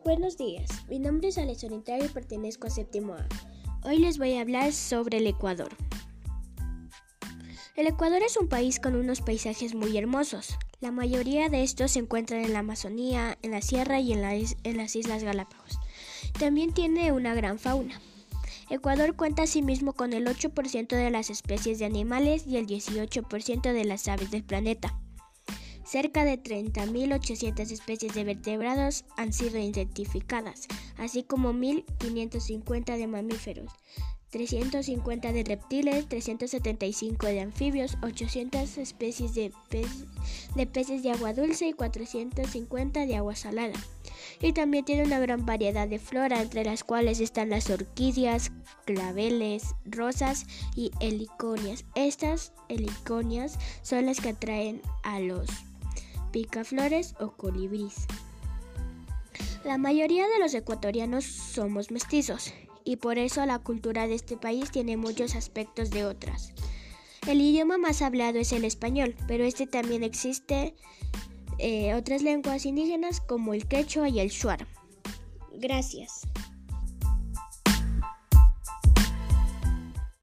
Buenos días, mi nombre es Ale Solitario y pertenezco a séptimo A. Hoy les voy a hablar sobre el Ecuador. El Ecuador es un país con unos paisajes muy hermosos. La mayoría de estos se encuentran en la Amazonía, en la Sierra y en las Islas Galápagos. También tiene una gran fauna. Ecuador cuenta asimismo con el 8% de las especies de animales y el 18% de las aves del planeta. Cerca de 30.800 especies de vertebrados han sido identificadas, así como 1.550 de mamíferos, 350 de reptiles, 375 de anfibios, 800 especies de peces de agua dulce y 450 de agua salada. Y también tiene una gran variedad de flora, entre las cuales están las orquídeas, claveles, rosas y heliconias. Estas heliconias son las que atraen a los picaflores o colibríes. La mayoría de los ecuatorianos somos mestizos y por eso la cultura de este país tiene muchos aspectos de otras. El idioma más hablado es el español, pero también existe otras lenguas indígenas como el quechua y el shuar. Gracias.